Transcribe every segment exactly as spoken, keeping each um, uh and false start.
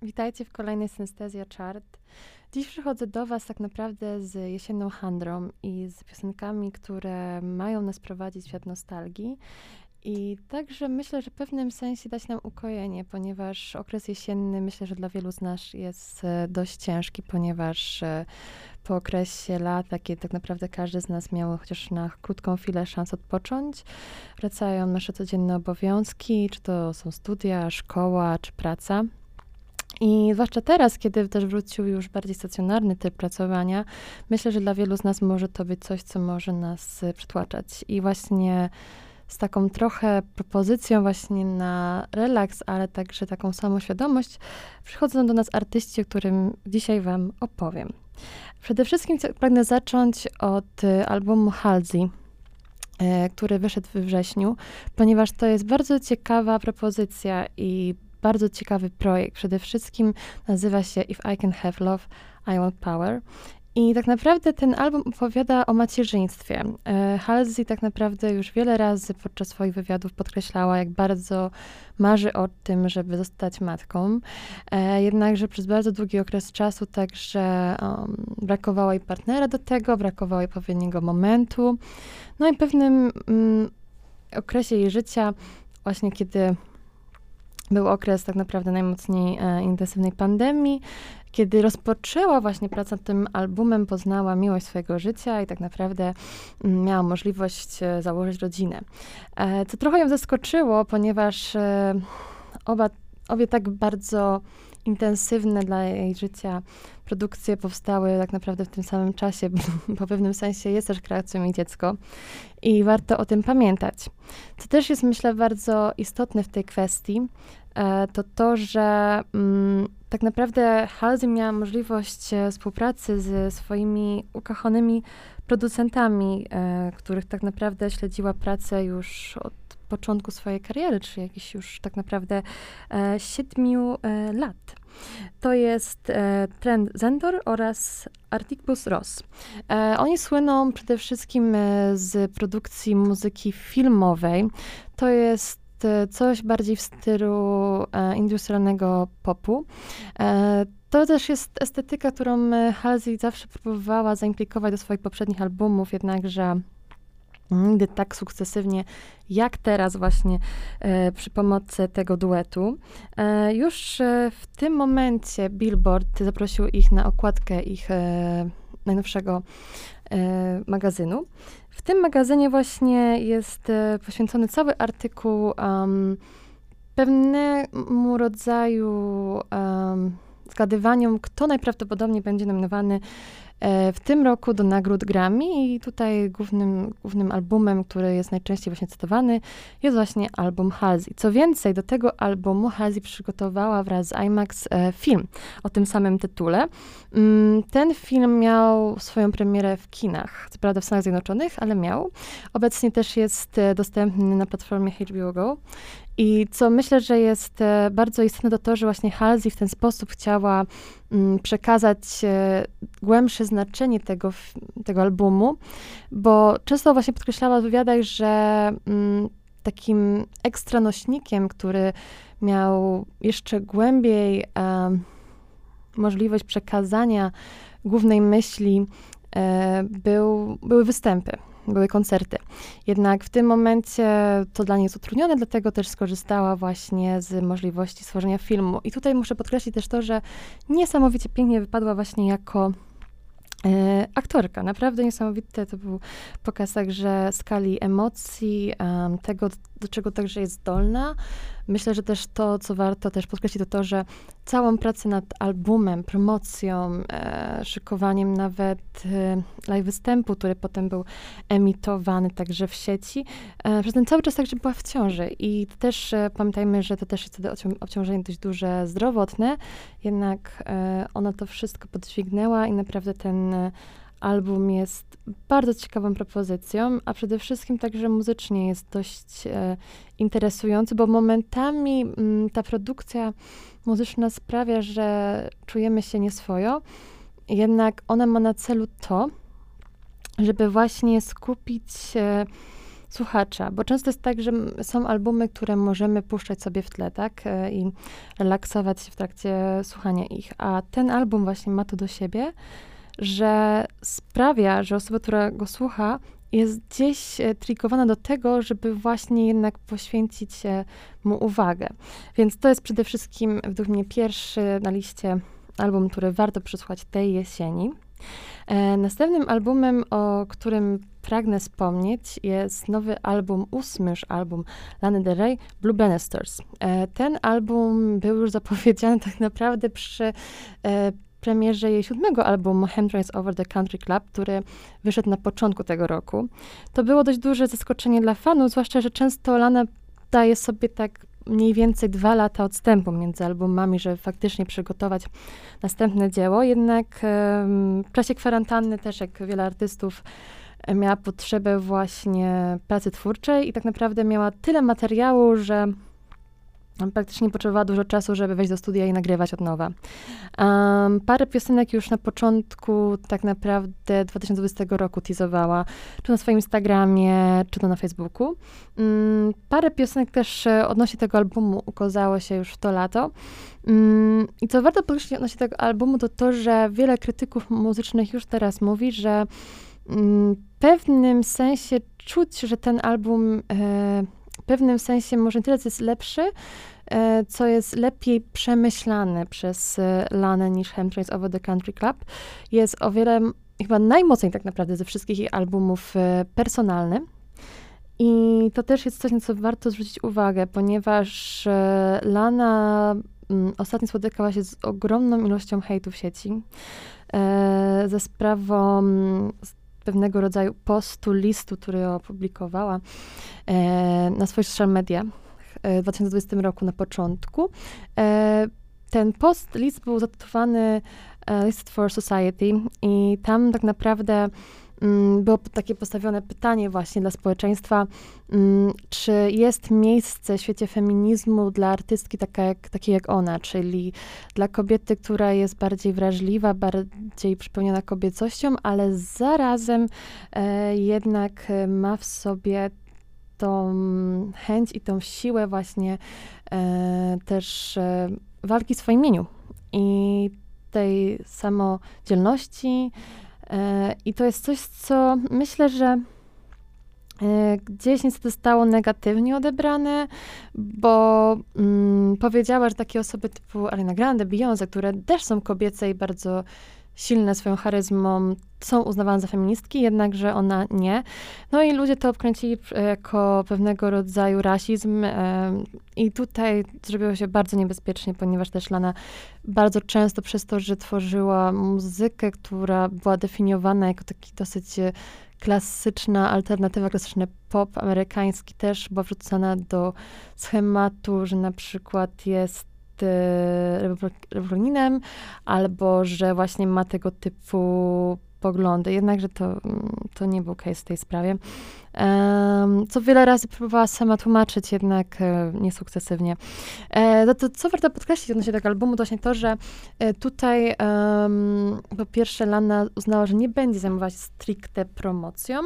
Witajcie w kolejnej Synestezja Chart. Dziś przychodzę do Was tak naprawdę z jesienną handrą i z piosenkami, które mają nas prowadzić w świat nostalgii. I także myślę, że w pewnym sensie dać nam ukojenie, ponieważ okres jesienny myślę, że dla wielu z nas jest e, dość ciężki, ponieważ e, po okresie lata, kiedy tak naprawdę każdy z nas miał chociaż na krótką chwilę szansę odpocząć, wracają nasze codzienne obowiązki, czy to są studia, szkoła, czy praca. I zwłaszcza teraz, kiedy też wrócił już bardziej stacjonarny tryb pracowania, myślę, że dla wielu z nas może to być coś, co może nas y, przytłaczać. I właśnie z taką trochę propozycją właśnie na relaks, ale także taką samoświadomość, przychodzą do nas artyści, o którym dzisiaj wam opowiem. Przede wszystkim chcę- pragnę zacząć od y, albumu Halsey, y, który wyszedł we wrześniu, ponieważ to jest bardzo ciekawa propozycja i bardzo ciekawy projekt. Przede wszystkim nazywa się If I Can Have Love, I Want Power. I tak naprawdę ten album opowiada o macierzyństwie. E, Halsey tak naprawdę już wiele razy podczas swoich wywiadów podkreślała, jak bardzo marzy o tym, żeby zostać matką. E, jednakże przez bardzo długi okres czasu także um, brakowało jej partnera do tego, brakowało jej odpowiedniego momentu. No i w pewnym mm, okresie jej życia, właśnie kiedy był okres tak naprawdę najmocniej e, intensywnej pandemii, kiedy rozpoczęła właśnie pracę nad tym albumem, poznała miłość swojego życia i tak naprawdę mm, miała możliwość e, założyć rodzinę. E, co trochę ją zaskoczyło, ponieważ e, oba, obie tak bardzo intensywne dla jej życia produkcje powstały tak naprawdę w tym samym czasie, bo w pewnym sensie jest też kreacją jej dziecko i warto o tym pamiętać. Co też jest, myślę, bardzo istotne w tej kwestii, e, to to, że mm, tak naprawdę Halsey miała możliwość e, współpracy ze swoimi ukochanymi producentami, e, których tak naprawdę śledziła pracę już od początku swojej kariery, czyli jakichś już tak naprawdę e, siedmiu e, lat. To jest e, Trent Reznor oraz Atticus Ross. E, oni słyną przede wszystkim e, z produkcji muzyki filmowej. To jest e, coś bardziej w stylu e, industrialnego popu. E, to też jest estetyka, którą e, Halsey zawsze próbowała zaimplikować do swoich poprzednich albumów, jednakże nigdy tak sukcesywnie, jak teraz właśnie e, przy pomocy tego duetu. E, już e, w tym momencie Billboard zaprosił ich na okładkę ich e, najnowszego e, magazynu. W tym magazynie właśnie jest e, poświęcony cały artykuł um, pewnemu rodzaju um, zgadywaniom, kto najprawdopodobniej będzie nominowany w tym roku do nagród Grammy i tutaj głównym, głównym albumem, który jest najczęściej właśnie cytowany, jest właśnie album Halsey. Co więcej, do tego albumu Halsey przygotowała wraz z IMAX e, film o tym samym tytule. Mm, ten film miał swoją premierę w kinach, co prawda w Stanach Zjednoczonych, ale miał. Obecnie też jest e, dostępny na platformie H B O Go. I co myślę, że jest e, bardzo istotne, to to, że właśnie Halsey w ten sposób chciała mm, przekazać e, głębsze znaczenie tego, tego albumu, bo często właśnie podkreślała w wywiadach, że mm, takim ekstra nośnikiem, który miał jeszcze głębiej e, możliwość przekazania głównej myśli, e, był, były występy. Były koncerty. Jednak w tym momencie to dla niej jest utrudnione, dlatego też skorzystała właśnie z możliwości stworzenia filmu. I tutaj muszę podkreślić też to, że niesamowicie pięknie wypadła właśnie jako e, aktorka. Naprawdę niesamowite to był pokaz także skali emocji, um, tego, do czego także jest zdolna. Myślę, że też to, co warto też podkreślić, to to, że całą pracę nad albumem, promocją, e, szykowaniem nawet e, live występu, który potem był emitowany także w sieci, e, przez ten cały czas także była w ciąży. I też e, pamiętajmy, że to też jest wtedy obcią- obciążenie dość duże zdrowotne, jednak e, ona to wszystko podźwignęła i naprawdę ten e, album jest bardzo ciekawą propozycją, a przede wszystkim także muzycznie jest dość e, interesujący, bo momentami m, ta produkcja muzyczna sprawia, że czujemy się nieswojo, jednak ona ma na celu to, żeby właśnie skupić e, słuchacza, bo często jest tak, że m- są albumy, które możemy puszczać sobie w tle, tak, e, i relaksować się w trakcie słuchania ich, a ten album właśnie ma to do siebie, że sprawia, że osoba, która go słucha, jest gdzieś e, trikowana do tego, żeby właśnie jednak poświęcić e, mu uwagę. Więc to jest przede wszystkim według mnie pierwszy na liście album, który warto przesłuchać tej jesieni. E, następnym albumem, o którym pragnę wspomnieć, jest nowy album, ósmy już album Lany Del Rey, Blue Bannisters. E, ten album był już zapowiedziany tak naprawdę przy e, premierze jej siódmego albumu Chemtrails Over the Country Club, który wyszedł na początku tego roku. To było dość duże zaskoczenie dla fanów, zwłaszcza, że często Lana daje sobie tak mniej więcej dwa lata odstępu między albumami, żeby faktycznie przygotować następne dzieło. Jednak em, w czasie kwarantanny też, jak wiele artystów, e, miała potrzebę właśnie pracy twórczej i tak naprawdę miała tyle materiału, że praktycznie potrzebowała dużo czasu, żeby wejść do studia i nagrywać od nowa. Um, parę piosenek już na początku tak naprawdę dwa tysiące dwudziestego roku teasowała, czy na swoim Instagramie, czy to na Facebooku. Um, parę piosenek też e, odnośnie tego albumu ukazało się już w to lato. Um, I co warto podkreślić odnośnie tego albumu, to to, że wiele krytyków muzycznych już teraz mówi, że um, w pewnym sensie czuć, że ten album e, w pewnym sensie może nie tyle, co jest lepszy, e, co jest lepiej przemyślany przez e, Lanę niż Chemtrails Over the Country Club. Jest o wiele, m- chyba najmocniej tak naprawdę ze wszystkich jej albumów e, personalny. I to też jest coś, na co warto zwrócić uwagę, ponieważ e, Lana m, ostatnio spotykała się z ogromną ilością hejtu w sieci e, ze sprawą m, pewnego rodzaju postu, listu, który opublikowała e, na swoich social mediach e, w dwa tysiące dwudziestym roku na początku. E, ten post, list był zatytułowany e, List for Society i tam tak naprawdę mm, było takie postawione pytanie właśnie dla społeczeństwa, mm, czy jest miejsce w świecie feminizmu dla artystki taka jak, takiej jak ona, czyli dla kobiety, która jest bardziej wrażliwa, bardziej przypełniona kobiecością, ale zarazem e, jednak e, ma w sobie tą chęć i tą siłę właśnie e, też e, walki w swoim imieniu i tej samodzielności. E, I to jest coś, co myślę, że e, gdzieś niestety zostało negatywnie odebrane, bo mm, powiedziała, że takie osoby typu Ariana Grande, Beyoncé, które też są kobiece i bardzo silne swoją charyzmą, są uznawane za feministki, jednakże ona nie. No i ludzie to obkręcili e, jako pewnego rodzaju rasizm e, i tutaj zrobiło się bardzo niebezpiecznie, ponieważ też Lana bardzo często przez to, że tworzyła muzykę, która była definiowana jako taki dosyć e, klasyczna alternatywa, klasyczny pop amerykański, też była wrzucana do schematu, że na przykład jest republikaninem, albo że właśnie ma tego typu poglądy. Jednakże to, to nie był case w tej sprawie. Um, co wiele razy próbowała sama tłumaczyć, jednak e, niesukcesywnie. E, no to co warto podkreślić odnośnie tego albumu, to właśnie to, że e, tutaj um, po pierwsze Lana uznała, że nie będzie zajmować się stricte promocją.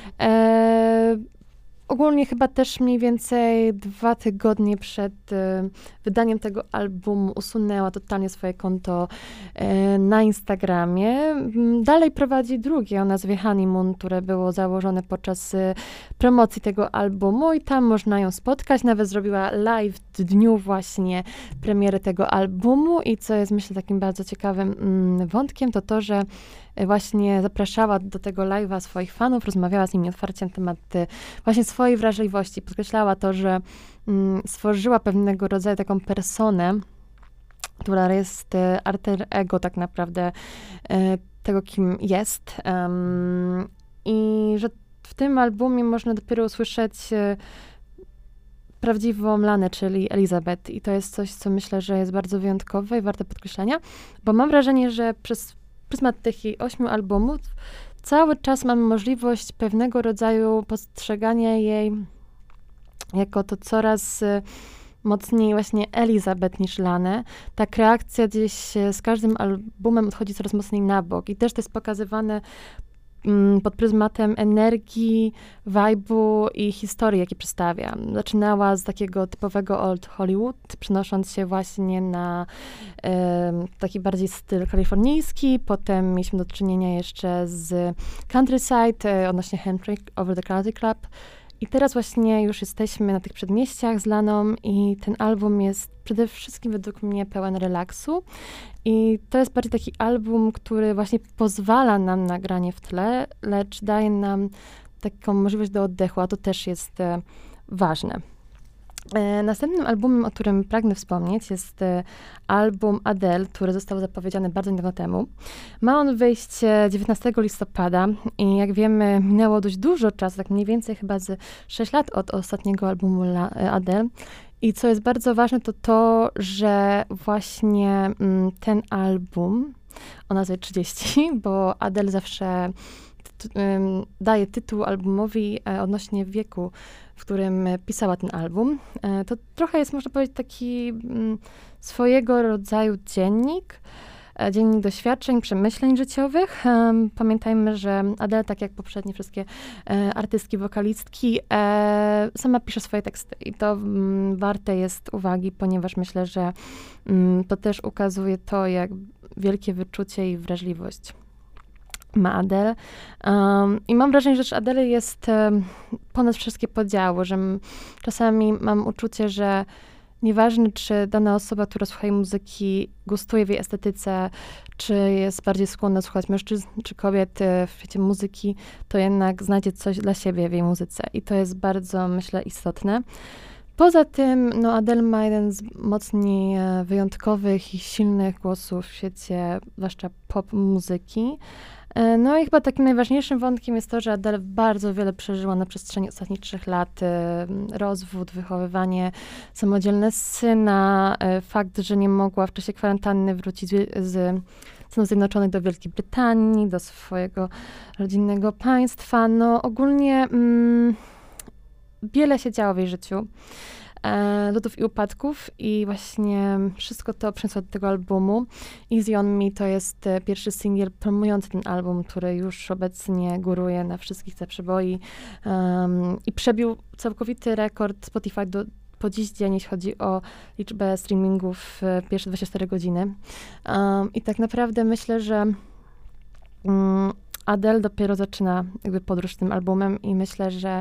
E, Ogólnie chyba też mniej więcej dwa tygodnie przed y, wydaniem tego albumu usunęła totalnie swoje konto y, na Instagramie. Mm, Dalej prowadzi drugie o nazwie Honeymoon, które było założone podczas y, promocji tego albumu i tam można ją spotkać. Nawet zrobiła live w dniu właśnie premiery tego albumu i co jest myślę takim bardzo ciekawym mm, wątkiem, to to, że właśnie zapraszała do tego live'a swoich fanów, rozmawiała z nimi otwarcie na temat y, właśnie swojej wrażliwości. Podkreślała to, że mm, stworzyła pewnego rodzaju taką personę, która jest y, alter ego tak naprawdę y, tego, kim jest. Um, I że w tym albumie można dopiero usłyszeć y, prawdziwą Lanę, czyli Elizabeth. I to jest coś, co myślę, że jest bardzo wyjątkowe i warte podkreślenia, bo mam wrażenie, że przez pryzmat tych jej ośmiu albumów cały czas mamy możliwość pewnego rodzaju postrzegania jej jako to coraz y, mocniej właśnie Elizabeth niż Lanę. Ta kreacja gdzieś y, z każdym albumem odchodzi coraz mocniej na bok i też to jest pokazywane mm, pod pryzmatem energii, vibe'u i historii, jakie przedstawia. Zaczynała z takiego typowego old Hollywood, przenosząc się właśnie na e, taki bardziej styl kalifornijski. Potem mieliśmy do czynienia jeszcze z Countryside, e, odnośnie Handshake Over the Country Club. I teraz właśnie już jesteśmy na tych przedmieściach z Laną i ten album jest przede wszystkim według mnie pełen relaksu. I to jest bardziej taki album, który właśnie pozwala nam na granie w tle, lecz daje nam taką możliwość do oddechu, a to też jest e, ważne. E, następnym albumem, o którym pragnę wspomnieć, jest e, album Adele, który został zapowiedziany bardzo niedawno temu. Ma on wyjść e, dziewiętnastego listopada i jak wiemy, minęło dość dużo czasu, tak mniej więcej chyba z sześć lat od ostatniego albumu La, e, Adele. I co jest bardzo ważne, to to, że właśnie mm, ten album o nazwie trzydzieści, bo Adele zawsze ty, ym, daje tytuł albumowi e, odnośnie wieku, w którym pisała ten album. E, to trochę jest, można powiedzieć, taki mm, swojego rodzaju dziennik, e, dziennik doświadczeń, przemyśleń życiowych. E, pamiętajmy, że Adele, tak jak poprzednie wszystkie e, artystki, wokalistki, e, sama pisze swoje teksty i to mm, warte jest uwagi, ponieważ myślę, że mm, to też ukazuje to, jak wielkie wyczucie i wrażliwość ma Adele. Um, I mam wrażenie, że Adele jest um, ponad wszystkie podziały, że m, czasami mam uczucie, że nieważne, czy dana osoba, która słucha jej muzyki, gustuje w jej estetyce, czy jest bardziej skłonna słuchać mężczyzn czy kobiet w świecie muzyki, to jednak znajdzie coś dla siebie w jej muzyce. I to jest bardzo, myślę, istotne. Poza tym, no, Adele ma jeden z mocniej e, wyjątkowych i silnych głosów w świecie, zwłaszcza pop muzyki. E, no i chyba takim najważniejszym wątkiem jest to, że Adele bardzo wiele przeżyła na przestrzeni ostatnich trzech lat. E, rozwód, wychowywanie, samodzielne syna, e, fakt, że nie mogła w czasie kwarantanny wrócić z, z Stanów Zjednoczonych do Wielkiej Brytanii, do swojego rodzinnego państwa. No ogólnie... Mm, Wiele się działo w jej życiu, e, lodów i upadków i właśnie wszystko to przyniosło do tego albumu. Easy on Me to jest e, pierwszy singiel promujący ten album, który już obecnie góruje na wszystkich te przeboi um, i przebił całkowity rekord Spotify do, po dziś dzień, jeśli chodzi o liczbę streamingów w pierwsze dwadzieścia cztery godziny. Um, I tak naprawdę myślę, że um, Adele dopiero zaczyna jakby podróż tym albumem i myślę, że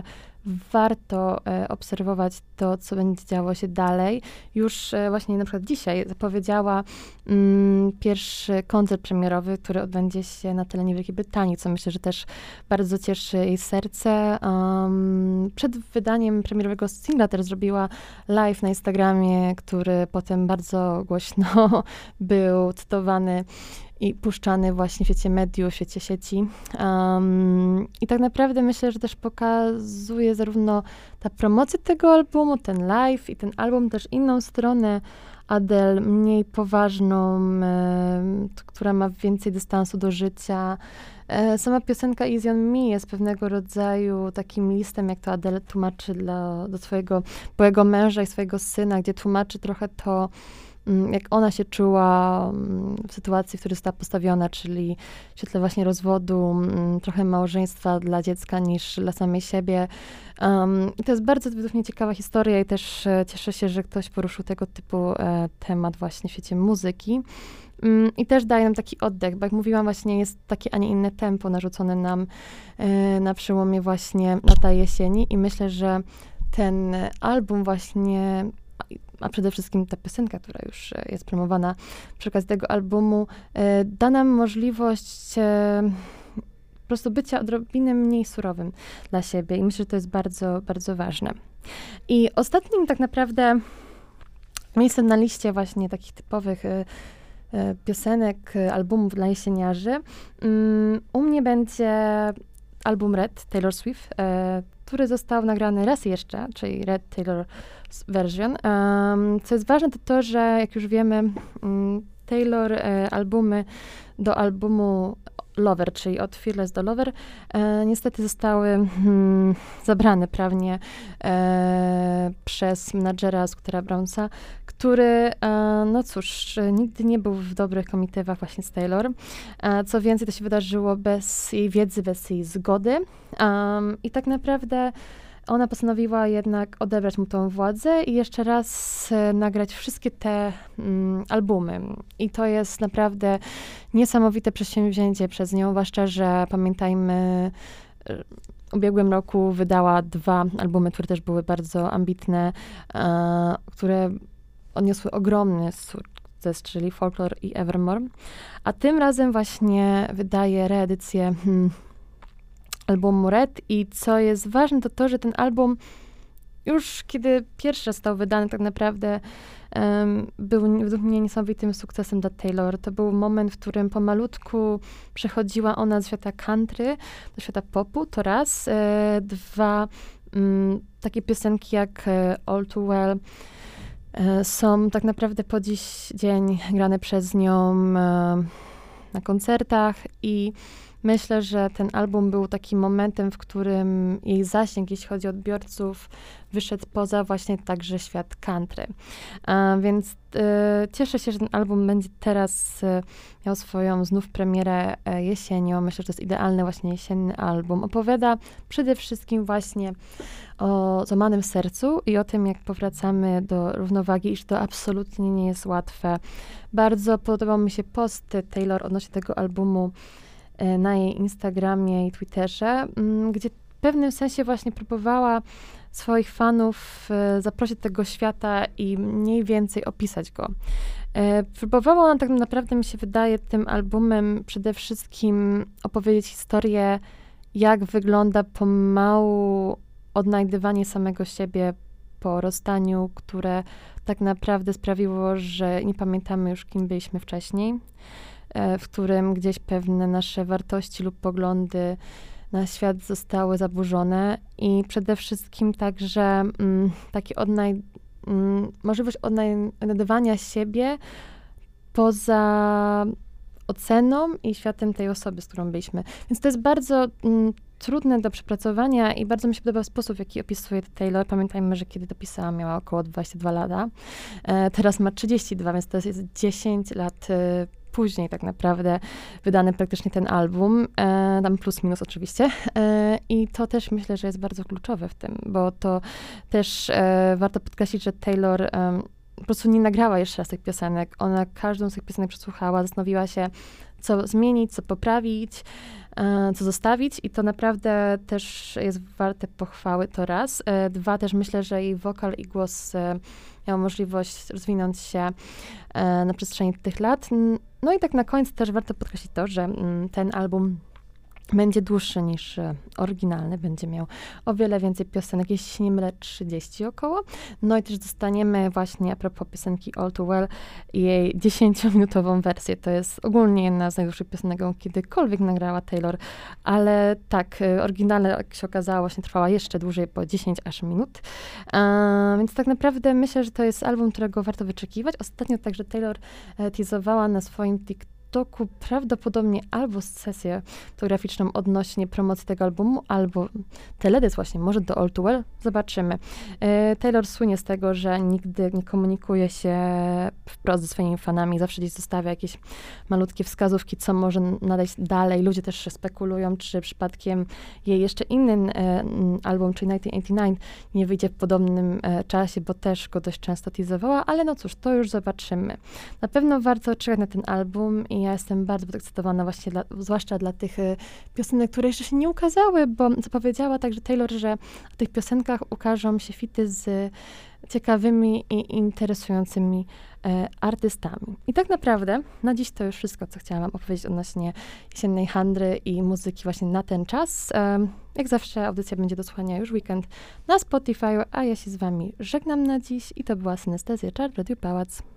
warto e, obserwować to, co będzie działo się dalej. Już e, właśnie na przykład dzisiaj zapowiedziała mm, pierwszy koncert premierowy, który odbędzie się na terenie Wielkiej Brytanii, co myślę, że też bardzo cieszy jej serce. Um, przed wydaniem premierowego singla też zrobiła live na Instagramie, który potem bardzo głośno był cytowany i puszczany właśnie w świecie mediów, w świecie sieci. Um, I tak naprawdę myślę, że też pokazuje zarówno ta promocja tego albumu, ten live i ten album też inną stronę Adele, mniej poważną, e, która ma więcej dystansu do życia. E, sama piosenka Easy on Me jest pewnego rodzaju takim listem, jak to Adele tłumaczy dla, do swojego byłego męża i swojego syna, gdzie tłumaczy trochę to, jak ona się czuła w sytuacji, w której została postawiona, czyli w świetle właśnie rozwodu, trochę małżeństwa dla dziecka niż dla samej siebie. Um, I to jest bardzo według mnie ciekawa historia i też e, cieszę się, że ktoś poruszył tego typu e, temat właśnie w świecie muzyki. Um, I też daje nam taki oddech, bo jak mówiłam właśnie jest takie, a nie inne tempo narzucone nam e, na przełomie właśnie lata jesieni i myślę, że ten album właśnie, a przede wszystkim ta piosenka, która już jest promowana przy okazji tego albumu, e, da nam możliwość e, po prostu bycia odrobinę mniej surowym dla siebie i myślę, że to jest bardzo, bardzo ważne. I ostatnim tak naprawdę miejscem na liście właśnie takich typowych e, e, piosenek, albumów dla jesieniarzy um, u mnie będzie album Red, Taylor Swift, e, który został nagrany raz jeszcze, czyli Red Taylor Version. Um, co jest ważne, to to, że jak już wiemy, um, Taylor e, albumy do albumu Lover, czyli od Fearless do Lover, e, niestety zostały hmm, zabrane prawnie e, przez menadżera Scootera Brownsa, który, e, no cóż, nigdy nie był w dobrych komitywach właśnie z Taylor. E, co więcej, to się wydarzyło bez jej wiedzy, bez jej zgody. Um, I tak naprawdę ona postanowiła jednak odebrać mu tą władzę i jeszcze raz e, nagrać wszystkie te mm, albumy. I to jest naprawdę niesamowite przedsięwzięcie przez nią, zwłaszcza, że pamiętajmy, e, w ubiegłym roku wydała dwa albumy, które też były bardzo ambitne, e, które odniosły ogromny sukces, czyli Folklore i Evermore. A tym razem właśnie wydaje reedycję hmm, albumu Red i co jest ważne, to to, że ten album już kiedy pierwszy raz został wydany, tak naprawdę um, był według mnie niesamowitym sukcesem dla Taylor. To był moment, w którym pomalutku przechodziła ona z świata country do świata popu, to raz. E, dwa, um, takie piosenki jak e, All Too Well e, są tak naprawdę po dziś dzień grane przez nią e, na koncertach i myślę, że ten album był takim momentem, w którym jej zasięg, jeśli chodzi o odbiorców, wyszedł poza właśnie także świat country. A więc e, cieszę się, że ten album będzie teraz e, miał swoją znów premierę e, jesienią. Myślę, że to jest idealny właśnie jesienny album. Opowiada przede wszystkim właśnie o złamanym sercu i o tym, jak powracamy do równowagi, iż to absolutnie nie jest łatwe. Bardzo podobał mi się post Taylor odnośnie tego albumu na jej Instagramie i Twitterze, gdzie w pewnym sensie właśnie próbowała swoich fanów zaprosić do tego świata i mniej więcej opisać go. Próbowała ona tak naprawdę, mi się wydaje, tym albumem przede wszystkim opowiedzieć historię, jak wygląda pomału odnajdywanie samego siebie po rozstaniu, które tak naprawdę sprawiło, że nie pamiętamy już, kim byliśmy wcześniej, w którym gdzieś pewne nasze wartości lub poglądy na świat zostały zaburzone i przede wszystkim także mm, takie odnaj- mm, możliwość odnajdywania siebie poza oceną i światem tej osoby, z którą byliśmy. Więc to jest bardzo mm, trudne do przepracowania i bardzo mi się podoba sposób, w jaki opisuje Taylor. Pamiętajmy, że kiedy to pisała, miała około dwadzieścia dwa lata. E, teraz ma trzydzieści dwa, więc to jest dziesięć lat e, później tak naprawdę wydany praktycznie ten album, e, tam plus minus oczywiście. E, I to też myślę, że jest bardzo kluczowe w tym, bo to też e, warto podkreślić, że Taylor e, po prostu nie nagrała jeszcze raz tych piosenek. Ona każdą z tych piosenek przesłuchała, zastanowiła się, co zmienić, co poprawić, e, co zostawić i to naprawdę też jest warte pochwały, to raz. E, dwa, też myślę, że jej wokal i głos e, miał możliwość rozwinąć się e, na przestrzeni tych lat. No i tak na koniec też warto podkreślić to, że mm, ten album będzie dłuższy niż e, oryginalny, będzie miał o wiele więcej piosenek, jeśli się nie mylę, trzydzieści około. No i też dostaniemy właśnie, a propos piosenki All Too Well, jej dziesięciominutową wersję. To jest ogólnie jedna z najdłuższych piosenek, jaką kiedykolwiek nagrała Taylor, ale tak, e, oryginalna, jak się okazało, właśnie trwała jeszcze dłużej, po dziesięć aż minut. E, więc tak naprawdę myślę, że to jest album, którego warto wyczekiwać. Ostatnio także Taylor e, teasowała na swoim TikToku Toku prawdopodobnie albo sesję fotograficzną odnośnie promocji tego albumu, albo teledysk właśnie, może do All Too Well, zobaczymy. E, Taylor słynie z tego, że nigdy nie komunikuje się wprost ze swoimi fanami, zawsze gdzieś zostawia jakieś malutkie wskazówki, co może nadejść dalej. Ludzie też spekulują, czy przypadkiem jej jeszcze inny e, album, czyli tysiąc dziewięćset osiemdziesiąt dziewięć, nie wyjdzie w podobnym e, czasie, bo też go dość często teasowała, ale no cóż, to już zobaczymy. Na pewno warto czekać na ten album i ja jestem bardzo podekscytowana właśnie, dla, zwłaszcza dla tych y, piosenek, które jeszcze się nie ukazały, bo zapowiedziała także Taylor, że w tych piosenkach ukażą się fity z y, ciekawymi i interesującymi y, artystami. I tak naprawdę na dziś to już wszystko, co chciałam wam opowiedzieć odnośnie jesiennej handry i muzyki właśnie na ten czas. Y, jak zawsze audycja będzie do słuchania już weekend na Spotify, a ja się z wami żegnam na dziś i to była Synestezja Czar w Radiu Pałac.